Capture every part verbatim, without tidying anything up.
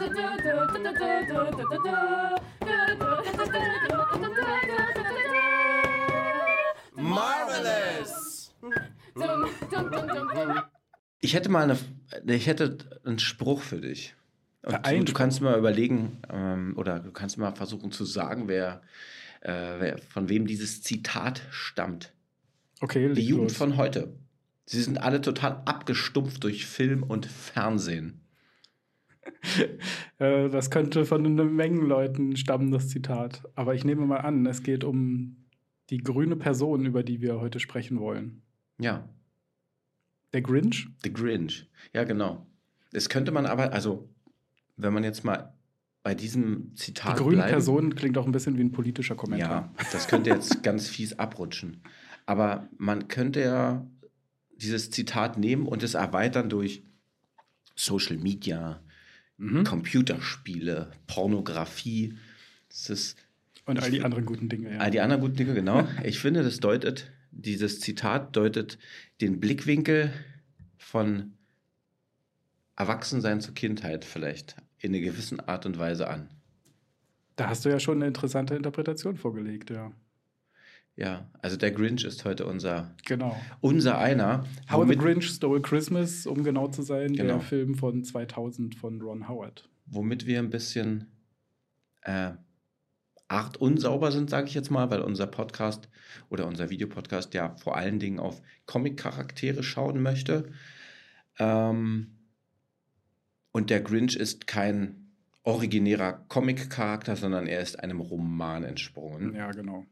Marvelous! Ich hätte mal eine, ich hätte einen Spruch für dich. Und Ein du, du kannst mal überlegen, ähm, oder du kannst mal versuchen zu sagen, wer, äh, wer, von wem dieses Zitat stammt. Okay, Die leg Jugend los. von heute. Sie sind alle total abgestumpft durch Film und Fernsehen. Äh, das könnte von einer Menge Leuten stammen, das Zitat. Aber ich nehme mal an, es geht um die grüne Person, über die wir heute sprechen wollen. Ja, Der Grinch? The Grinch. Ja, genau. Das könnte man aber, also, wenn man jetzt mal bei diesem Die Zitat grüne bleiben, Person klingt auch ein bisschen wie ein politischer Kommentar. ja, das könnte jetzt ganz fies abrutschen. Aber man könnte ja dieses Zitat nehmen und es erweitern durch Social Media, Mhm. Computerspiele, Pornografie. Das ist Und Ich all die fi- anderen guten Dinge, ja. all die anderen guten Dinge, genau. Ich finde, das deutet, dieses Zitat deutet den Blickwinkel von Erwachsensein zur Kindheit vielleicht in einer gewissen Art und Weise an. Da hast du ja schon eine interessante Interpretation vorgelegt, ja. Ja, also der Grinch ist heute unser, Genau. unser einer. How the womit, Grinch Stole Christmas, um genau zu sein, Genau. der Film von zweitausend von Ron Howard. womit wir ein bisschen äh, art unsauber sind, sage ich jetzt mal, weil unser Podcast oder unser Videopodcast ja vor allen Dingen auf Comic-Charaktere schauen möchte. Ähm, und der Grinch ist kein originärer Comic-Charakter, sondern er ist einem Roman entsprungen. Ja, genau.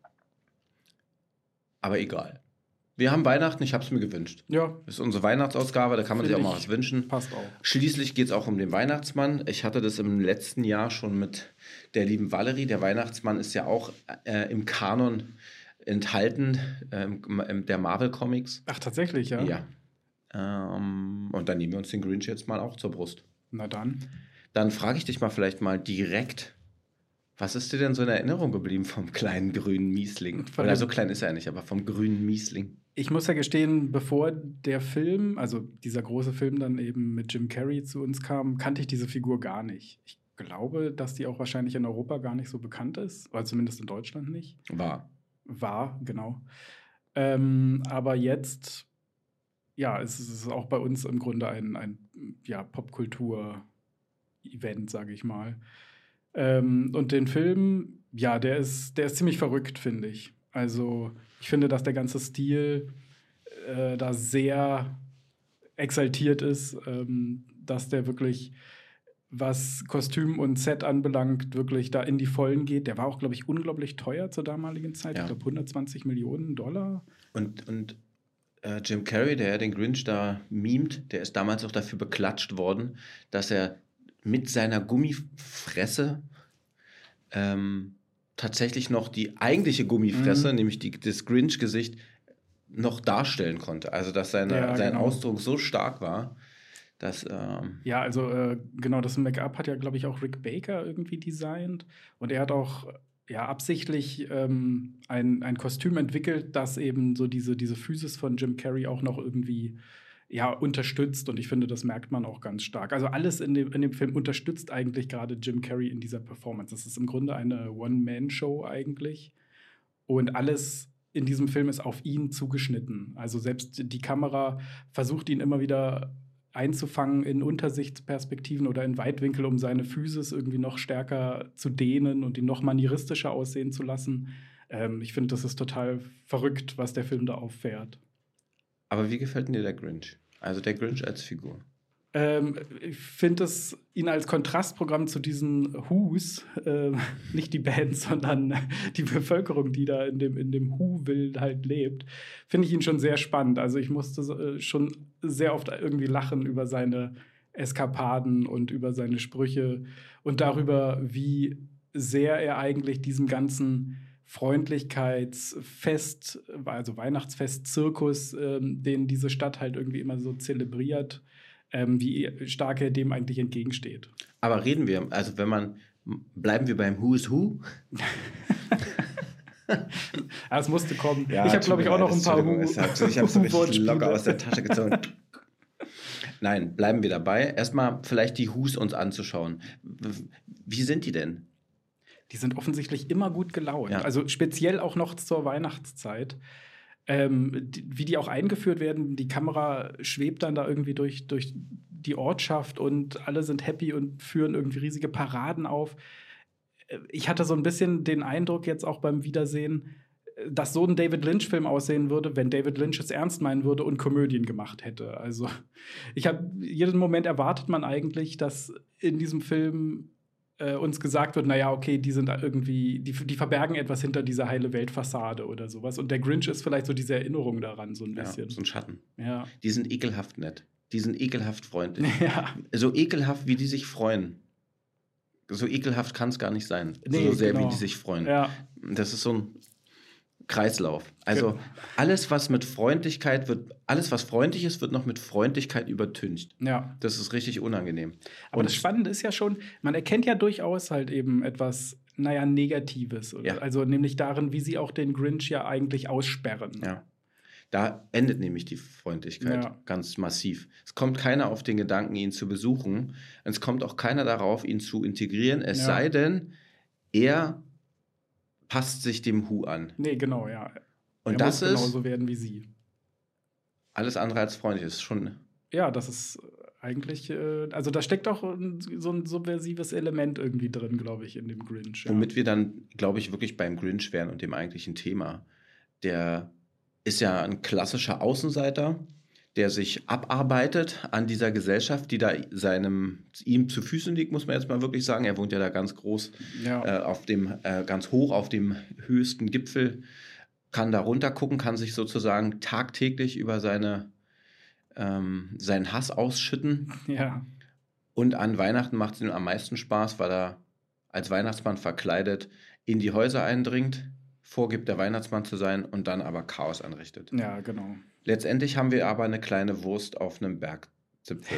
Aber egal. Wir haben Weihnachten, ich habe es mir gewünscht. Ja, Das ist unsere Weihnachtsausgabe, da kann man sich auch Find mal ich- was wünschen. passt auch. Schließlich geht es auch um den Weihnachtsmann. Ich hatte das im letzten Jahr schon mit der lieben Valerie. Der Weihnachtsmann ist ja auch äh, im Kanon enthalten, äh, im, im, der Marvel-Comics. Ach, tatsächlich, ja? Ja. Ähm, und dann nehmen wir uns den Grinch jetzt mal auch zur Brust. Na dann. Dann frage ich dich mal vielleicht mal direkt, was ist dir denn so in Erinnerung geblieben vom kleinen grünen Miesling? Von Oder dem- so klein ist er ja nicht, aber vom grünen Miesling. Ich muss ja gestehen, bevor der Film, also dieser große Film dann eben mit Jim Carrey zu uns kam, kannte ich diese Figur gar nicht. Ich glaube, dass die auch wahrscheinlich in Europa gar nicht so bekannt ist, oder zumindest in Deutschland nicht. War. War, genau. Ähm, aber jetzt, ja, es ist auch bei uns im Grunde ein, ein ja, Popkultur-Event, sage ich mal. Ähm, und den Film, ja, der ist, der ist ziemlich verrückt, finde ich. Also, ich finde, dass der ganze Stil äh, da sehr exaltiert ist, ähm, dass der wirklich, was Kostüm und Set anbelangt, wirklich da in die Vollen geht. Der war auch, glaube ich, unglaublich teuer zur damaligen Zeit. Ja. Ich glaube, hundertzwanzig Millionen Dollar. Und, und äh, Jim Carrey, der ja den Grinch da mimt, der ist damals auch dafür beklatscht worden, dass er mit seiner Gummifresse ähm, tatsächlich noch die eigentliche Gummifresse, Mhm. nämlich die, das Grinch-Gesicht, noch darstellen konnte. Also, dass seine, Ja, sein genau. Ausdruck so stark war, dass. Ähm, Ja, also äh, genau, das Make-up hat ja, glaube ich, auch Rick Baker irgendwie designt. Und er hat auch ja absichtlich ähm, ein, ein Kostüm entwickelt, das eben so diese, diese Physis von Jim Carrey auch noch irgendwie ja, unterstützt. Und ich finde, das merkt man auch ganz stark. Also alles in dem, in dem Film unterstützt eigentlich gerade Jim Carrey in dieser Performance. Das ist im Grunde eine One-Man-Show eigentlich. Und alles in diesem Film ist auf ihn zugeschnitten. Also selbst die Kamera versucht ihn immer wieder einzufangen in Untersichtsperspektiven oder in Weitwinkel, um seine Physis irgendwie noch stärker zu dehnen und ihn noch manieristischer aussehen zu lassen. Ähm, ich finde, das ist total verrückt, was der Film da auffährt. aber wie gefällt dir der Grinch? Also der Grinch als Figur. Ähm, ich finde es ihn als Kontrastprogramm zu diesen Who's, äh, nicht die Band, sondern die Bevölkerung, die da in dem, in dem Who-Will halt lebt, finde ich ihn schon sehr spannend. Also ich musste äh, schon sehr oft irgendwie lachen über seine Eskapaden und über seine Sprüche und darüber, wie sehr er eigentlich diesem ganzen Freundlichkeitsfest, also Weihnachtsfest-Zirkus, ähm, den diese Stadt halt irgendwie immer so zelebriert, ähm, wie stark er dem eigentlich entgegensteht. Aber reden wir, also wenn man, bleiben wir beim Who's Who? Ja, es musste kommen. Ja, ich habe, tut glaube ich, mir auch leid, noch ein paar Entschuldigung, Hu- es hat- Ich habe so richtig Wortspiele. locker aus der Tasche gezogen. Nein, bleiben wir dabei. Erstmal vielleicht die Who's uns anzuschauen. Wie sind die denn? Die sind offensichtlich immer gut gelaunt. Ja. Also speziell auch noch zur Weihnachtszeit. Ähm, die, wie die auch eingeführt werden, die Kamera schwebt dann da irgendwie durch, durch die Ortschaft und alle sind happy und führen irgendwie riesige Paraden auf. Ich hatte so ein bisschen den Eindruck jetzt auch beim Wiedersehen, dass so ein David Lynch-Film aussehen würde, wenn David Lynch es ernst meinen würde und Komödien gemacht hätte. Also ich habe jeden Moment erwartet man eigentlich, dass in diesem Film äh, uns gesagt wird, naja, okay, die sind irgendwie, die, die verbergen etwas hinter dieser heile Weltfassade oder sowas. Und der Grinch ist vielleicht so diese Erinnerung daran, so ein bisschen. Ja, so ein Schatten. Ja. Die sind ekelhaft nett. Die sind ekelhaft freundlich. Ja. So ekelhaft, wie die sich freuen. So ekelhaft kann es gar nicht sein. Nee, so sehr, genau. wie die sich freuen. Ja. Das ist so ein Kreislauf. Also Genau. alles, was mit Freundlichkeit wird, alles, was freundlich ist, wird noch mit Freundlichkeit übertüncht. Ja. Das ist richtig unangenehm. Aber Und das Spannende ist ja schon, man erkennt ja durchaus halt eben etwas, naja, Negatives. Oder? Ja. Also nämlich darin, wie sie auch den Grinch ja eigentlich aussperren. Ja. Da endet nämlich die Freundlichkeit Ja. ganz massiv. Es kommt keiner auf den Gedanken, ihn zu besuchen. Es kommt auch keiner darauf, ihn zu integrieren. Es Ja. sei denn, er passt sich dem Hu an. Nee, genau, ja. Und er das muss ist genauso werden wie sie. alles andere als freundlich. Das ist schon. Ja, das ist eigentlich, äh, also da steckt auch ein, so ein subversives Element irgendwie drin, glaube ich, in dem Grinch. Ja. Womit wir dann, glaube ich, wirklich beim Grinch wären und dem eigentlichen Thema. Der ist ja ein klassischer Außenseiter, der sich abarbeitet an dieser Gesellschaft, die da seinem, ihm zu Füßen liegt, muss man jetzt mal wirklich sagen. Er wohnt ja da ganz groß, Ja. äh, auf dem, äh, ganz hoch auf dem höchsten Gipfel, kann da runter gucken, kann sich sozusagen tagtäglich über seine, ähm, seinen Hass ausschütten. Ja. Und an Weihnachten macht es ihm am meisten Spaß, weil er als Weihnachtsmann verkleidet in die Häuser eindringt, vorgibt, der Weihnachtsmann zu sein und dann aber Chaos anrichtet. Ja, genau. Letztendlich haben wir aber eine kleine Wurst auf einem Bergzipfel.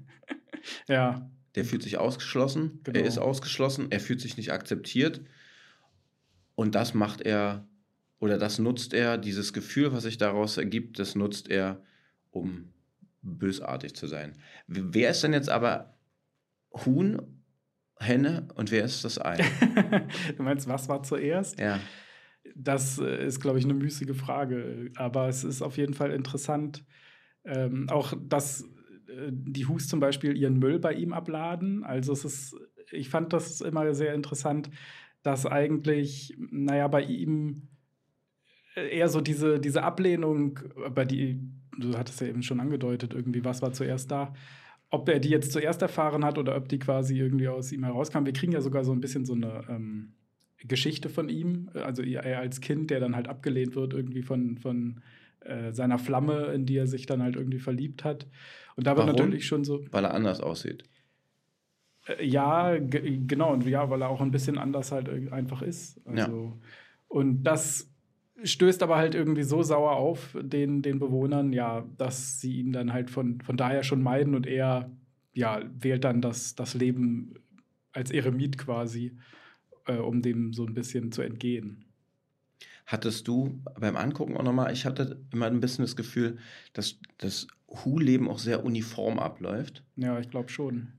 Ja. Der fühlt sich ausgeschlossen, Genau. er ist ausgeschlossen, er fühlt sich nicht akzeptiert und das macht er, oder das nutzt er, dieses Gefühl, was sich daraus ergibt, das nutzt er, um bösartig zu sein. Wer ist denn jetzt aber Huhn, Henne und wer ist das Ei? Du meinst, was war zuerst? Ja. Das äh, ist, glaube ich, eine müßige Frage. Aber es ist auf jeden Fall interessant, ähm, auch dass äh, die Hus zum Beispiel ihren Müll bei ihm abladen. Also es ist, ich fand das immer sehr interessant, dass eigentlich, naja, bei ihm eher so diese, diese Ablehnung, bei die, du hattest ja eben schon angedeutet, irgendwie, was war zuerst da? Ob er die jetzt zuerst erfahren hat oder ob die quasi irgendwie aus ihm herauskam. Wir kriegen ja sogar so ein bisschen so eine ähm, Geschichte von ihm, also er als Kind, der dann halt abgelehnt wird irgendwie von, von äh, seiner Flamme, in die er sich dann halt irgendwie verliebt hat. Und da wird Warum? natürlich schon so, Weil er anders aussieht. äh, ja, ge- genau, und ja, weil er auch ein bisschen anders halt irg- einfach ist. Also, und das stößt aber halt irgendwie so sauer auf den, den Bewohnern, ja, dass sie ihn dann halt von, von daher schon meiden und er, ja, wählt dann das, das Leben als Eremit quasi, äh, um dem so ein bisschen zu entgehen. Hattest du beim Angucken auch nochmal, ich hatte immer ein bisschen das Gefühl, dass das Hu-Leben auch sehr uniform abläuft Ja, ich glaube schon.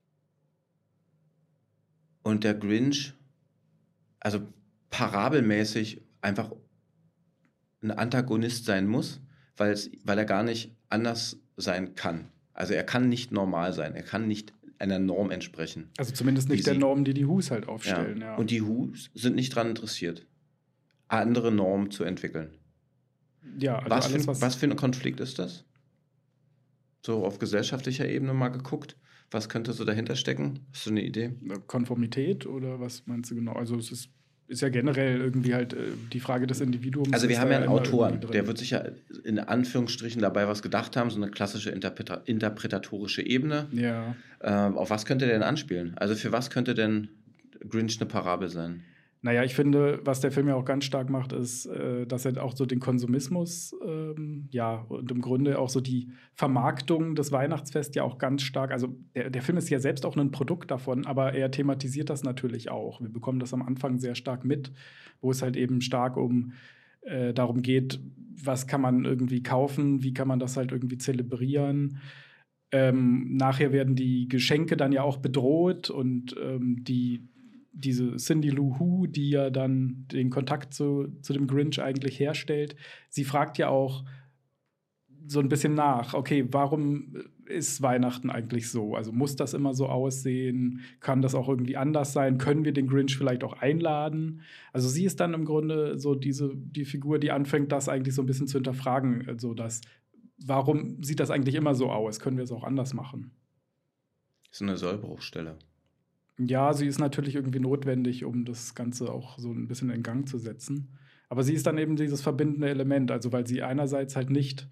und der Grinch, also parabelmäßig einfach ein Antagonist sein muss, weil's, weil er gar nicht anders sein kann. Also er kann nicht normal sein, er kann nicht einer Norm entsprechen. Also zumindest Wie nicht der sie- Norm, die die Hus halt aufstellen. Ja. Und die Who's sind nicht daran interessiert, andere Normen zu entwickeln. ja, also was, alles, für, was, was für ein Konflikt ist das? So auf gesellschaftlicher Ebene mal geguckt. Was könnte so dahinter stecken? Hast du eine Idee? Konformität oder was meinst du genau? Also es ist, ist ja generell irgendwie halt äh, die Frage des Individuums. Also wir ist haben da ja einen immer Autoren, irgendwie drin. der wird sich ja in Anführungsstrichen dabei was gedacht haben, so eine klassische Interpreta interpretatorische Ebene. Ja. Ähm, auf was könnte der denn anspielen? Also für was könnte denn Grinch eine Parabel sein? Naja, ich finde, was der Film ja auch ganz stark macht, ist, äh, dass er auch so den Konsumismus, ähm, ja, und im Grunde auch so die Vermarktung des Weihnachtsfests ja auch ganz stark, also der, der Film ist ja selbst auch ein Produkt davon, aber er thematisiert das natürlich auch. Wir bekommen das am Anfang sehr stark mit, wo es halt eben stark um äh, darum geht, was kann man irgendwie kaufen, wie kann man das halt irgendwie zelebrieren. Ähm, nachher werden die Geschenke dann ja auch bedroht und ähm, die, diese Cindy Lou Who, die ja dann den Kontakt zu, zu dem Grinch eigentlich herstellt, sie fragt ja auch so ein bisschen nach, okay, warum ist Weihnachten eigentlich so? Also muss das immer so aussehen? Kann das auch irgendwie anders sein? Können wir den Grinch vielleicht auch einladen? Also sie ist dann im Grunde so diese, die Figur, die anfängt, das eigentlich so ein bisschen zu hinterfragen. Also das, warum sieht das eigentlich immer so aus? Können wir es auch anders machen? Das ist eine Sollbruchstelle. Ja, sie ist natürlich irgendwie notwendig, um das Ganze auch so ein bisschen in Gang zu setzen. Aber sie ist dann eben dieses verbindende Element, also weil sie einerseits halt nicht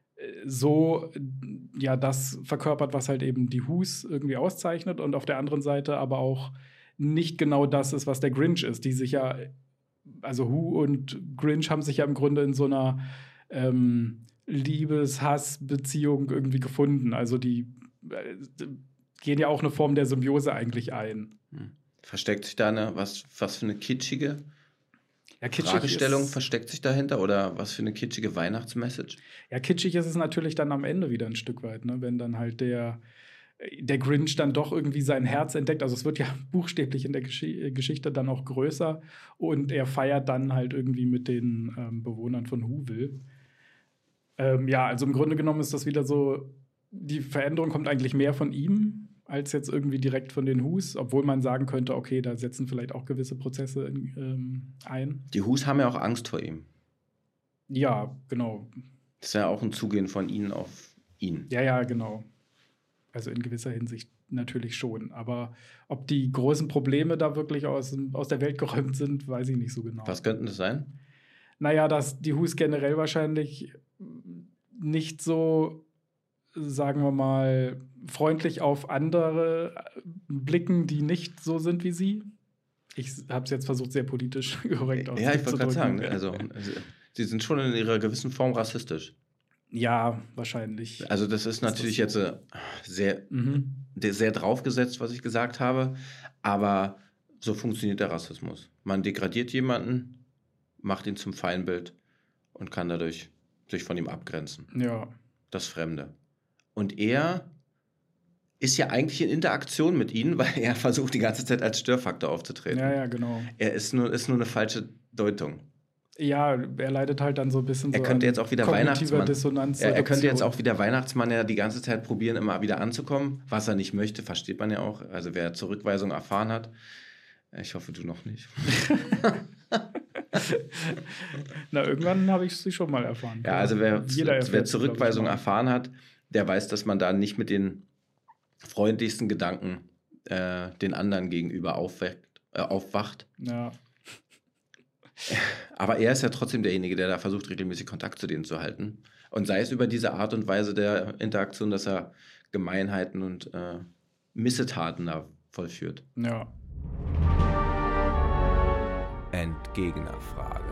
so ja das verkörpert, was halt eben die Whos irgendwie auszeichnet und auf der anderen Seite aber auch nicht genau das ist, was der Grinch ist, die sich ja, also Who und Grinch haben sich ja im Grunde in so einer ähm, Liebes-Hass-Beziehung irgendwie gefunden. Also die äh, gehen ja auch eine Form der Symbiose eigentlich ein. Hm. Versteckt sich da eine, was, was für eine kitschige Ja, kitschig Fragestellung ist, versteckt sich dahinter oder was für eine kitschige Weihnachtsmessage? Ja, kitschig ist es natürlich dann am Ende wieder ein Stück weit, ne? Wenn dann halt der, der Grinch dann doch irgendwie sein Herz entdeckt. Also es wird ja buchstäblich in der Gesch- Geschichte dann auch größer und er feiert dann halt irgendwie mit den ähm, Bewohnern von Whoville. Ähm, ja, also im Grunde genommen ist das wieder so, die Veränderung kommt eigentlich mehr von ihm als jetzt irgendwie direkt von den Whos, obwohl man sagen könnte, okay, da setzen vielleicht auch gewisse Prozesse in, ähm, ein. Die Whos haben ja auch Angst vor ihm. Ja, genau. Das ist ja auch ein Zugehen von ihnen auf ihn. Ja, ja, genau. Also in gewisser Hinsicht natürlich schon. Aber ob die großen Probleme da wirklich aus, aus der Welt geräumt sind, weiß ich nicht so genau. Was könnten das sein? Naja, dass die Whos generell wahrscheinlich nicht so, sagen wir mal, freundlich auf andere blicken, die nicht so sind wie sie. Ich habe es jetzt versucht, sehr politisch korrekt auszudrücken. Ja, ich wollte gerade sagen, also, also sie sind schon in ihrer gewissen Form rassistisch. Ja, wahrscheinlich. Also das ist natürlich das so? jetzt äh, sehr, Mhm. sehr draufgesetzt, was ich gesagt habe, aber so funktioniert der Rassismus. Man degradiert jemanden, macht ihn zum Feindbild und kann dadurch sich von ihm abgrenzen. Ja. Das Fremde. Und er ist ja eigentlich in Interaktion mit ihnen, weil er versucht die ganze Zeit als Störfaktor aufzutreten. Ja, ja, genau. Er ist nur, ist nur eine falsche Deutung. Ja, er leidet halt dann so ein bisschen Er so könnte an jetzt auch wieder kognitiver Weihnachtsmann. Dissonanz. Er, er könnte jetzt auch wieder Weihnachtsmann ja die ganze Zeit probieren, immer wieder anzukommen. Was er nicht möchte, versteht man ja auch. Also wer Zurückweisung erfahren hat. Ich hoffe, du noch nicht. Na, irgendwann habe ich sie schon mal erfahren. Ja, also wer, Jeder erfährt wer sie, Zurückweisung glaub ich, erfahren hat, der weiß, dass man da nicht mit den freundlichsten Gedanken äh, den anderen gegenüber aufweckt, äh, aufwacht. Ja. Aber er ist ja trotzdem derjenige, der da versucht, regelmäßig Kontakt zu denen zu halten. Und sei es über diese Art und Weise der Interaktion, dass er Gemeinheiten und äh, Missetaten da vollführt. Ja. Entgegnerfrage.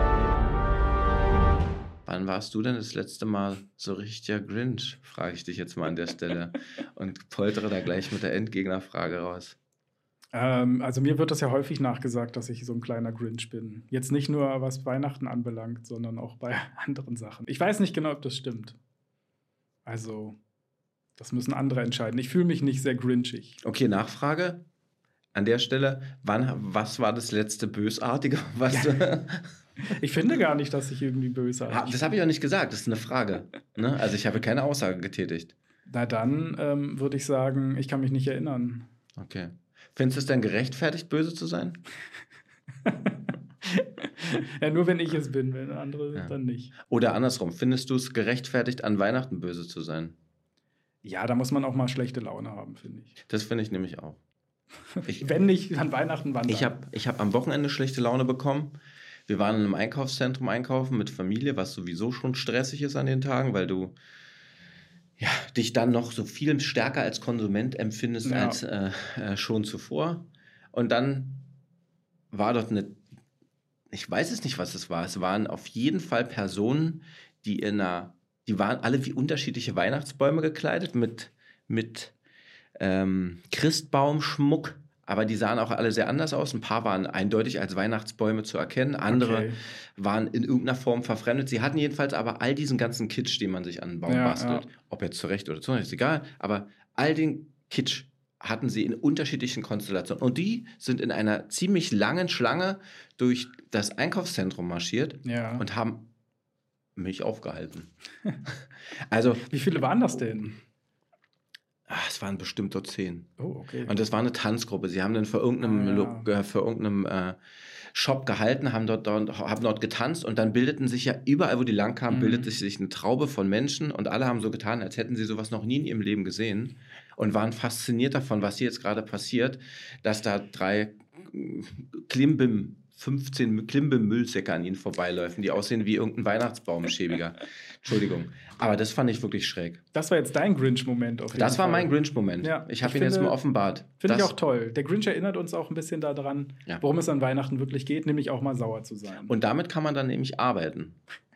Wann warst du denn das letzte Mal so richtiger Grinch? Frage ich dich jetzt mal an der Stelle und poltere da gleich mit der Endgegnerfrage raus. Ähm, also mir wird das ja häufig nachgesagt, dass ich so ein kleiner Grinch bin. Jetzt nicht nur, was Weihnachten anbelangt, sondern auch bei anderen Sachen. Ich weiß nicht genau, ob das stimmt. Also, das müssen andere entscheiden. Ich fühle mich nicht sehr grinchig. Okay, Nachfrage an der Stelle. Wann, was war das letzte Bösartige? Was du Ich finde gar nicht, dass ich irgendwie bösartig Ha, das habe ich auch nicht gesagt, das ist eine Frage. Ne? Also ich habe keine Aussage getätigt. Na dann ähm, würde ich sagen, ich kann mich nicht erinnern. Okay. Findest du es denn gerechtfertigt, böse zu sein? Ja, nur wenn ich es bin, wenn andere Ja. dann nicht. Oder andersrum, findest du es gerechtfertigt, an Weihnachten böse zu sein? Ja, da muss man auch mal schlechte Laune haben, finde ich. Das finde ich nämlich auch. Ich, Wenn nicht an Weihnachten, wann dann? ich habe ich hab am Wochenende schlechte Laune bekommen. Wir waren in einem Einkaufszentrum einkaufen mit Familie, was sowieso schon stressig ist an den Tagen, weil du ja, dich dann noch so viel stärker als Konsument empfindest Ja. als äh, äh, schon zuvor. Und dann war dort eine, ich weiß es nicht, was es war. Es waren auf jeden Fall Personen, die in einer, die waren alle wie unterschiedliche Weihnachtsbäume gekleidet mit, mit ähm, Christbaumschmuck aber die sahen auch alle sehr anders aus. Ein paar waren eindeutig als Weihnachtsbäume zu erkennen, andere Okay. waren in irgendeiner Form verfremdet. Sie hatten jedenfalls aber all diesen ganzen Kitsch, den man sich an einen Baum Ja, bastelt. ja. Ob jetzt zurecht oder zu Unrecht, ist egal. Aber all den Kitsch hatten sie in unterschiedlichen Konstellationen. Und die sind in einer ziemlich langen Schlange durch das Einkaufszentrum marschiert Ja. und haben mich aufgehalten. Also, Wie viele waren das denn? ah, es waren bestimmt dort zehn. Oh, okay. Und das war eine Tanzgruppe. Sie haben dann vor irgendeinem, Ah, ja. Lo- äh, vor irgendeinem äh, Shop gehalten, haben dort, dort, haben dort getanzt und dann bildeten sich ja überall, wo die lang kamen, Mhm. bildete sich eine Traube von Menschen und alle haben so getan, als hätten sie sowas noch nie in ihrem Leben gesehen und waren fasziniert davon, was hier jetzt gerade passiert, dass da drei äh, Klimbim, fünfzehn Klimbim-Müllsäcke an ihnen vorbeiläufen, die aussehen wie irgendein Weihnachtsbaum, schäbiger. Entschuldigung. Aber das fand ich wirklich schräg. Das war jetzt dein Grinch-Moment auf jeden Das war Fall. mein Grinch-Moment. Ja, ich habe ich ihn jetzt finde- mal offenbart. Finde ich Das- auch toll. Der Grinch erinnert uns auch ein bisschen daran, Ja. worum es an Weihnachten wirklich geht, nämlich auch mal sauer zu sein. Und damit kann man dann nämlich arbeiten.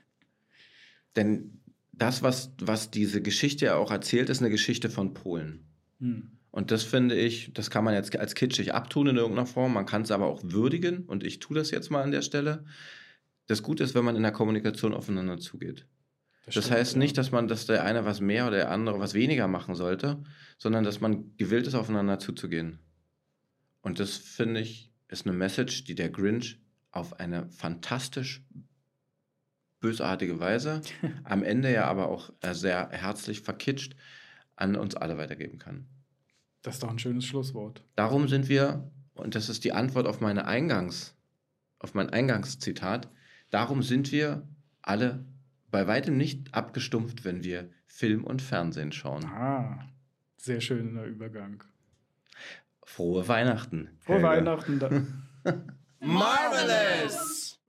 Denn das, was, was diese Geschichte ja auch erzählt, ist eine Geschichte von Polen. Hm. Und das finde ich, das kann man jetzt als kitschig abtun in irgendeiner Form, man kann es aber auch würdigen und ich tue das jetzt mal an der Stelle. Das Gute ist, wenn man in der Kommunikation aufeinander zugeht. Das stimmt, heißt ja. nicht, dass man, dass der eine was mehr oder der andere was weniger machen sollte, sondern dass man gewillt ist, aufeinander zuzugehen. Und das, finde ich, ist eine Message, die der Grinch auf eine fantastisch bösartige Weise, am Ende ja aber auch äh, sehr herzlich verkitscht, an uns alle weitergeben kann. Das ist doch ein schönes Schlusswort. Darum sind wir, und das ist die Antwort auf meine Eingangs, auf mein Eingangszitat, darum sind wir alle bei weitem nicht abgestumpft, wenn wir Film und Fernsehen schauen. Ah, sehr schöner Übergang. Frohe Weihnachten. Frohe Helga. Weihnachten. Da- Marvelous!